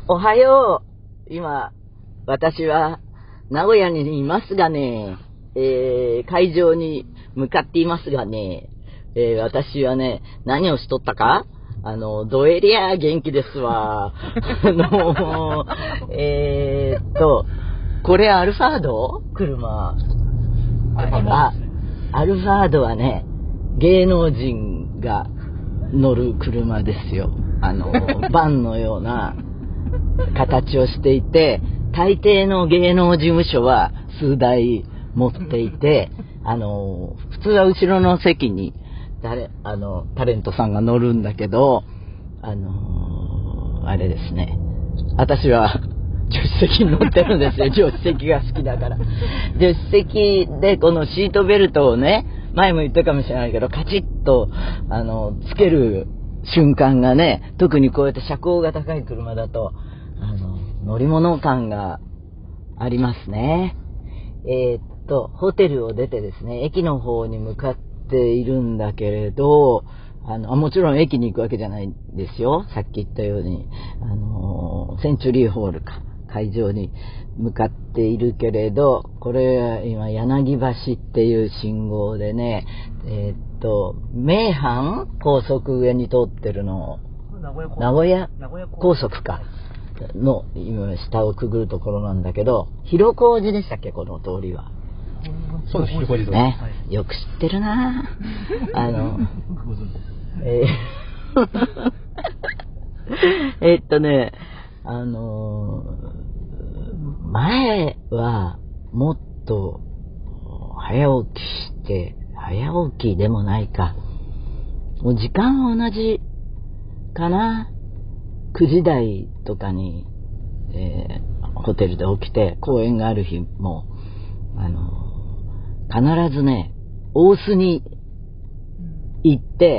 おはよう。今、私は名古屋にいますがね、会場に向かっていますがね、私はね、何をしとったかドエリア元気ですわ。これアルファード？車。アルファードはね、芸能人が乗る車ですよ。バンのような形をしていて、大抵の芸能事務所は数台持っていて、普通は後ろの席にタレントさんが乗るんだけど、あれですね。私は助手席に乗ってるんですよ。助手席が好きだから。助手席でこのシートベルトをね、前も言ったかもしれないけど、カチッと、つける瞬間がね、特にこうやって車高が高い車だと、乗り物感がありますね。ホテルを出てですね、駅の方に向かっているんだけれど、もちろん駅に行くわけじゃないんですよ。さっき言ったように、センチュリーホールか、会場に向かっているけれど、これ、今、柳橋っていう信号でね、名阪高速上に通ってるの、名古屋高速か。の、今、下をくぐるところなんだけど、広小路でしたっけ、この通りは。 そうです、広小路ね。よく知ってるな前は、もっと、早起きして、早起きでもないか。もう時間は同じかな。9時台とかに、ホテルで起きて、公演がある日も、必ずね、大須に行って、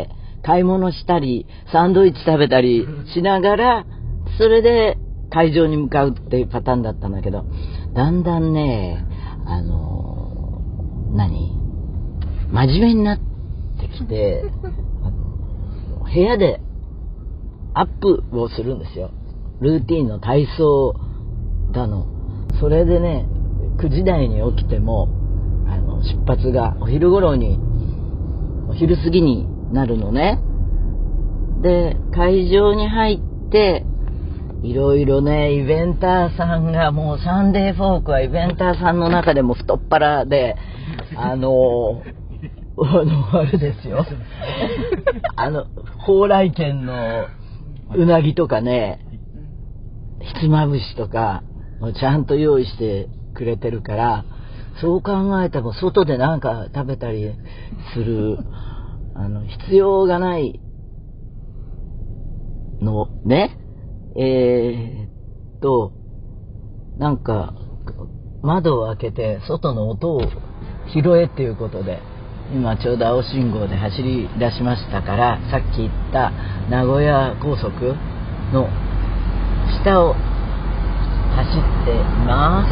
買い物したり、サンドイッチ食べたりしながら、それで会場に向かうっていうパターンだったんだけど、だんだんね、真面目になってきて、部屋でアップをするんですよ。ルーティンの体操だの。それでね、9時台に起きても、出発がお昼頃に、お昼過ぎになるのね。で、会場に入って、いろいろね、イベンターさんが、もうサンデーフォークはイベンターさんの中でも太っ腹で、あれですよ。蓬莱軒のうなぎとかね、ひつまぶしとか、ちゃんと用意してくれてるから、そう考えたら外でなんか食べたりする、必要がないのね。なんか、窓を開けて外の音を拾えっていうことで、今ちょうど青信号で走り出しましたから、さっき言った名古屋高速の下を走っています。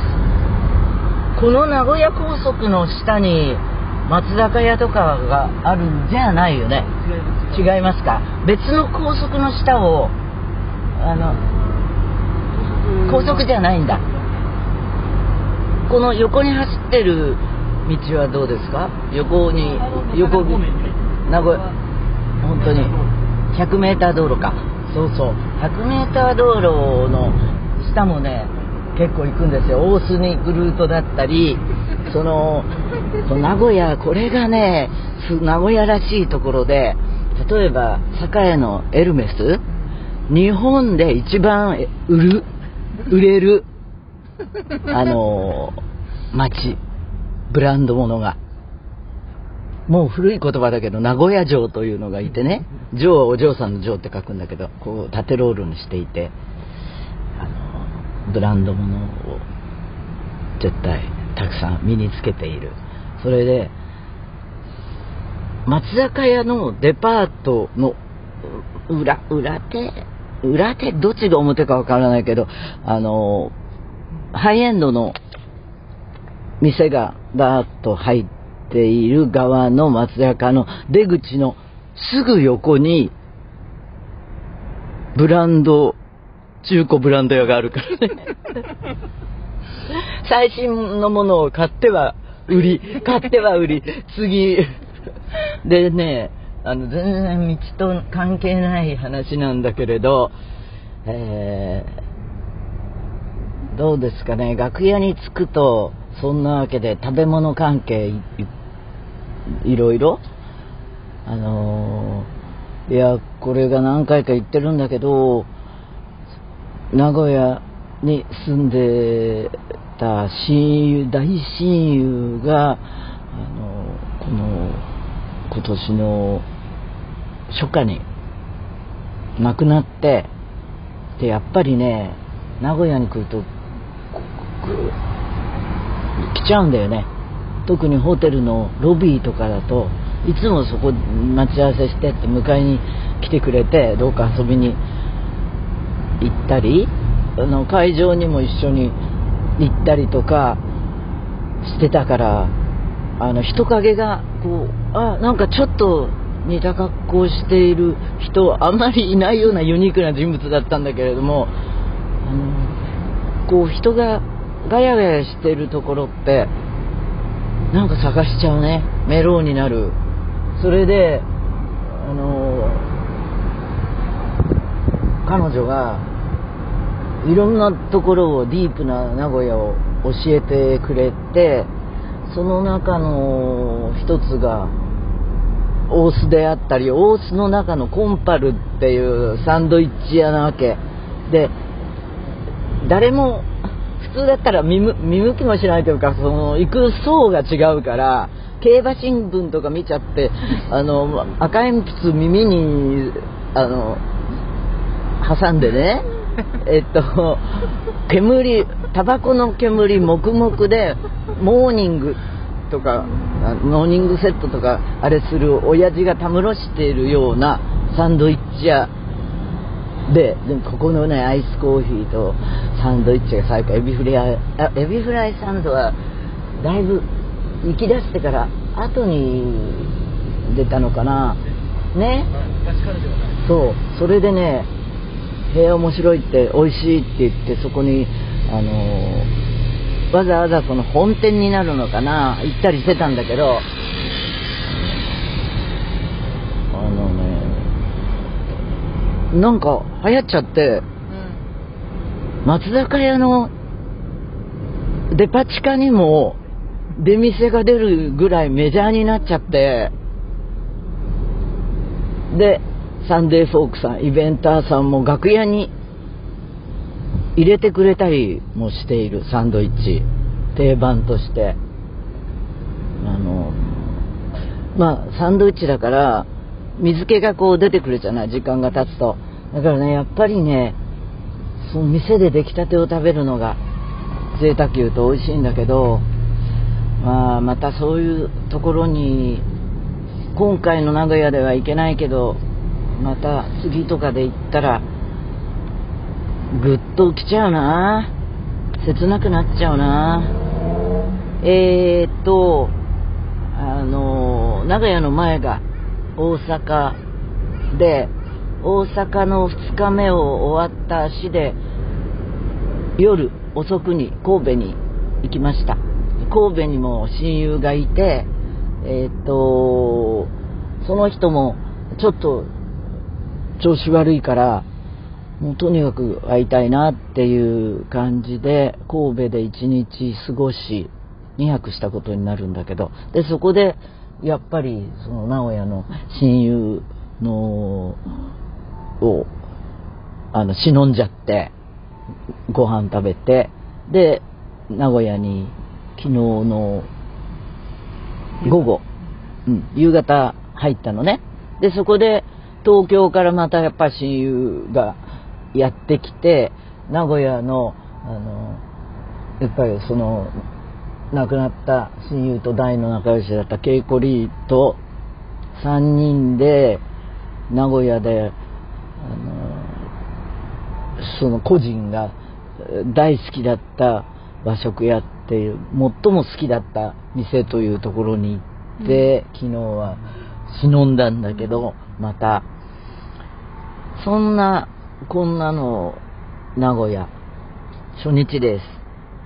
この名古屋高速の下に松坂屋とかがあるんじゃないよね。違いますか。別の高速の下を高速じゃないんだ。この横に走ってる道はどうですか。名古屋、本当に100メーター道路か。そうそう、100メーター道路の下もね、結構行くんですよ。大須に行くルートだったり、名古屋、これがね、名古屋らしいところで、例えば栄のエルメス、日本で一番売れる街、ブランド物が、もう古い言葉だけど名古屋城というのがいてね、城はお嬢さんの城って書くんだけど、こう縦ロールにしていて、ブランド物を絶対たくさん身につけている。それで松坂屋のデパートの裏手どっちが表かわからないけど、ハイエンドの店がバーッと入っている側の松坂の出口のすぐ横にブランド中古ブランド屋があるからね。最新のものを買っては売り、次。でね、全然道と関係ない話なんだけれど、どうですかね、楽屋に着くと、そんなわけで食べ物関係 いろいろ、いや、これが何回か言ってるんだけど、名古屋に住んでた大親友が、今年の初夏に亡くなって、でやっぱりね、名古屋に来ると来ちゃうんだよね。特にホテルのロビーとかだと、いつもそこ待ち合わせしてって迎えに来てくれて、どうか遊びに行ったり、会場にも一緒に行ったりとかしてたから、人影がこう、なんかちょっと似た格好をしている人、あんまりいないようなユニークな人物だったんだけれども、こう人がガヤガヤしているところってなんか探しちゃうね。メロウになる。それで彼女がいろんなところを、ディープな名古屋を教えてくれて、その中の一つが大須であったり、大須の中のコンパルっていうサンドイッチ屋なわけで、誰も普通だったら見向きもしないというか、行く層が違うから、競馬新聞とか見ちゃって、赤鉛筆耳に挟んでね、タバコの煙黙々でモーニングとかモーニングセットとかあれする親父がたむろしているようなサンドイッチ屋でもここのね、アイスコーヒーとサンドイッチが最高。エビフライサンドはだいぶ行き出してから後に出たのかなね。そう、それでね、部屋面白いって美味しいって言って、そこにわざわざその本店になるのかな、行ったりしてたんだけど、なんか流行っちゃって、松坂屋のデパ地下にも出店が出るぐらいメジャーになっちゃって、でサンデーフォークさん、イベンターさんも楽屋に入れてくれたりもしている。サンドイッチ定番として、サンドイッチだから水気がこう出てくるじゃない、時間が経つと。だからね、やっぱりね、その店で出来たてを食べるのが贅沢言うと美味しいんだけど、またそういうところに今回の名古屋では行けないけど、また次とかで行ったらぐっと来ちゃうな、切なくなっちゃうな。名古屋の前が大阪で、大阪の2日目を終わった足で夜遅くに神戸に行きました。神戸にも親友がいて、その人もちょっと調子悪いから、もうとにかく会いたいなっていう感じで神戸で1日過ごし2泊したことになるんだけど、でそこでやっぱりその名古屋の親友のを忍んじゃって、ご飯食べて、で名古屋に昨日の午後、夕方入ったのね。でそこで東京からまたやっぱ親友がやってきて、名古屋のやっぱりその亡くなった親友と大の仲良しだったケイコリーと3人で名古屋でその個人が大好きだった和食屋っていう、最も好きだった店というところに行って、昨日は忍んだんだけど、またそんなこんなの名古屋初日です。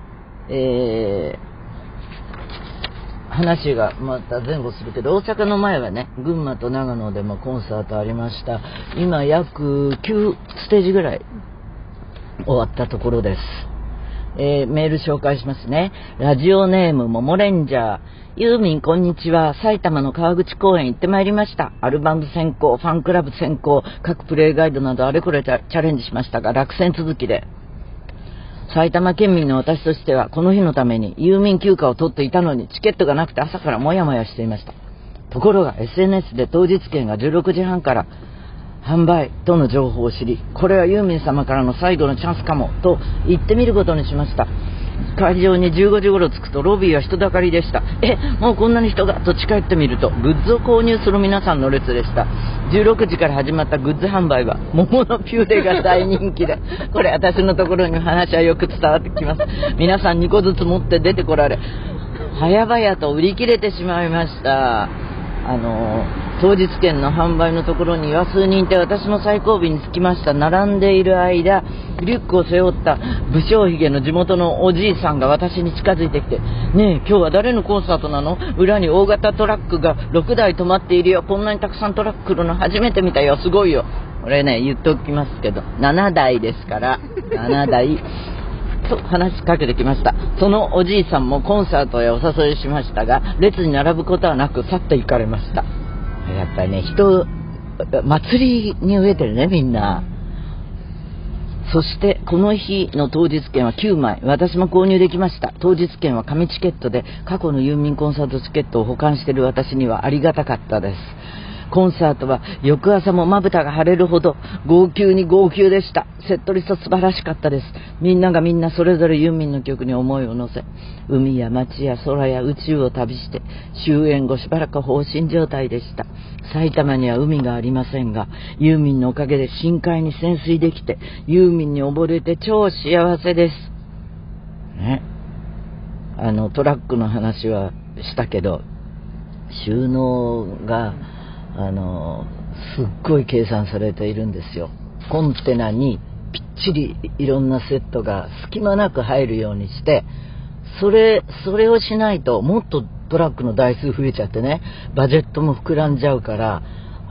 話がまた前後するけど、大阪の前はね、群馬と長野でもコンサートありました。今約9ステージぐらい終わったところです。メール紹介しますね。ラジオネームモモレンジャー。ユーミンこんにちは。埼玉の川口公園行ってまいりました。アルバム選考、ファンクラブ選考、各プレイガイドなどあれこれチャレンジしましたが落選続きで、埼玉県民の私としてはこの日のために郵便休暇を取っていたのにチケットがなくて朝からモヤモヤしていました。ところが SNS で当日券が16時半から販売との情報を知り、これはユーミン様からの最後のチャンスかもと言ってみることにしました。会場に15時頃着くとロビーは人だかりでした。もうこんなに人がと近寄ってみるとグッズを購入する皆さんの列でした。16時から始まったグッズ販売は桃のピューレが大人気で、これ私のところに話はよく伝わってきます。皆さん2個ずつ持って出てこられ、早々と売り切れてしまいました。当日券の販売のところには数人いて、私も最後尾に着きました。並んでいる間、リュックを背負った武将髭の地元のおじいさんが私に近づいてきて、ねえ今日は誰のコンサートなの？裏に大型トラックが6台止まっているよ。こんなにたくさんトラック来るの初めて見たよ。すごいよ。これね言っておきますけど7台ですから、7台と話しかけてきました。そのおじいさんもコンサートへお誘いしましたが、列に並ぶことはなく去って行かれました。やっぱりね、祭りに飢えてるね、みんな。そしてこの日の当日券は9枚、私も購入できました。当日券は紙チケットで、過去のユーミンコンサートチケットを保管している私にはありがたかったです。コンサートは翌朝もまぶたが腫れるほど号泣に号泣でした。セットリスト素晴らしかったです。みんながみんなそれぞれユーミンの曲に思いを乗せ、海や街や空や宇宙を旅して終演後しばらく放心状態でした。埼玉には海がありませんが、ユーミンのおかげで深海に潜水できて、ユーミンに溺れて超幸せですね。トラックの話はしたけど、収納がすっごい計算されているんですよ。コンテナにぴっちりいろんなセットが隙間なく入るようにして、それをしないともっとトラックの台数増えちゃってね、バジェットも膨らんじゃうから、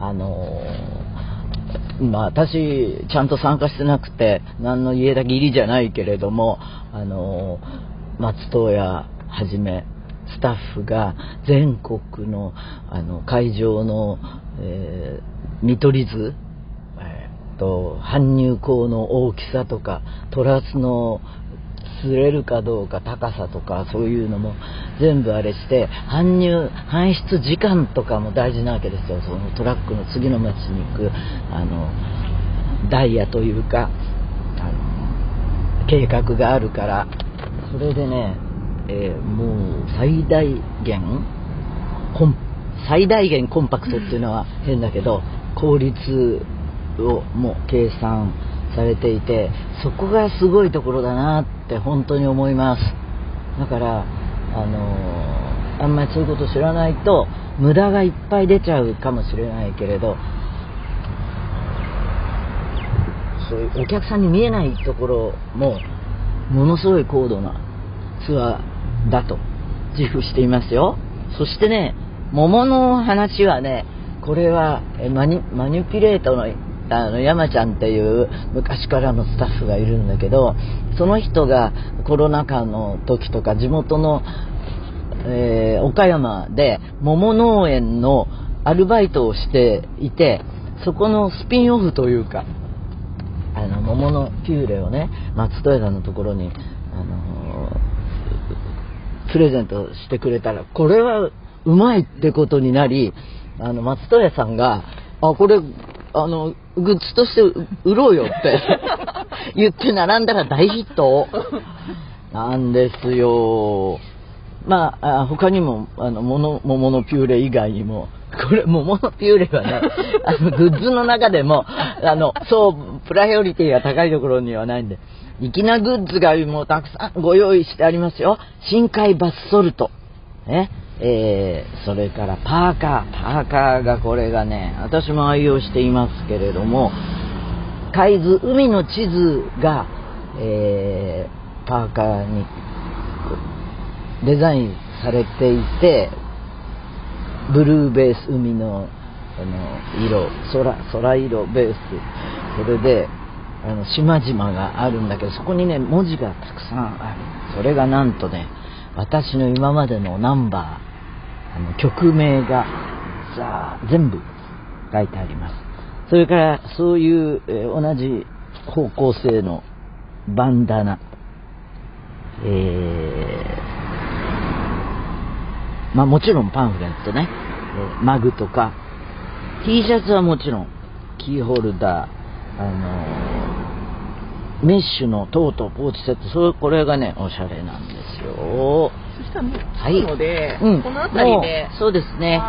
私ちゃんと参加してなくて何の家だ義理じゃないけれども、松任谷はじめスタッフが全国の会場の、見取り図、搬入口の大きさとかトラスの擦れるかどうか高さとか、そういうのも全部あれして、搬出時間とかも大事なわけですよ。そのトラックの次の町に行くダイヤというか計画があるから、それでね、もう最大限コンパクトっていうのは変だけど、効率をもう計算されていて、そこがすごいところだなって本当に思います。だからあんまりそういうこと知らないと無駄がいっぱい出ちゃうかもしれないけれど、そういうお客さんに見えないところもものすごい高度なツアーだと自負していますよ。そしてね、桃の話はね、これはマニピュレートの山ちゃんっていう昔からのスタッフがいるんだけど、その人がコロナ禍の時とか地元の、岡山で桃農園のアルバイトをしていて、そこのスピンオフというか桃のピューレをね、松任谷さんのところにプレゼントしてくれたら、これはうまいってことになり、松任谷さんがこれグッズとして売ろうよって言って並んだら大ヒットなんですよ。他にも桃のピューレ以外にも、これ桃のピューレはねグッズの中でもそうプライオリティが高いところにはないんで、粋なグッズがもうたくさんご用意してありますよ。深海バスソルトね、それからパーカーが、これがね私も愛用していますけれども、海図海の地図がパーカーにデザインされていて、ブルーベース、海の色、空色ベース、それで島々があるんだけど、そこにね文字がたくさんある。それがなんとね、私の今までのナンバー、曲名が全部書いてあります。それからそういう、同じ方向性のバンダナ、もちろんパンフレットね、マグとか T シャツはもちろん、キーホルダー、メッシュのトート、ポーチセット、これがねおしゃれなんですよ。 そしたらもう着くので、この辺りで、 そうですね、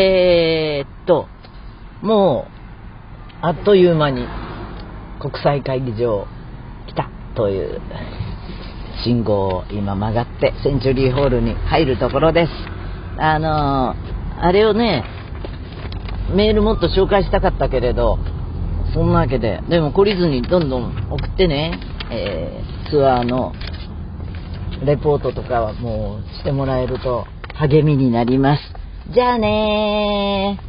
もうあっという間に国際会議場来たという信号を今曲がってセンチュリーホールに入るところです。あれをね、メールもっと紹介したかったけれど、そんなわけで、でも懲りずにどんどん送ってね、ツアーのレポートとかはもうしてもらえると励みになります。じゃあねー。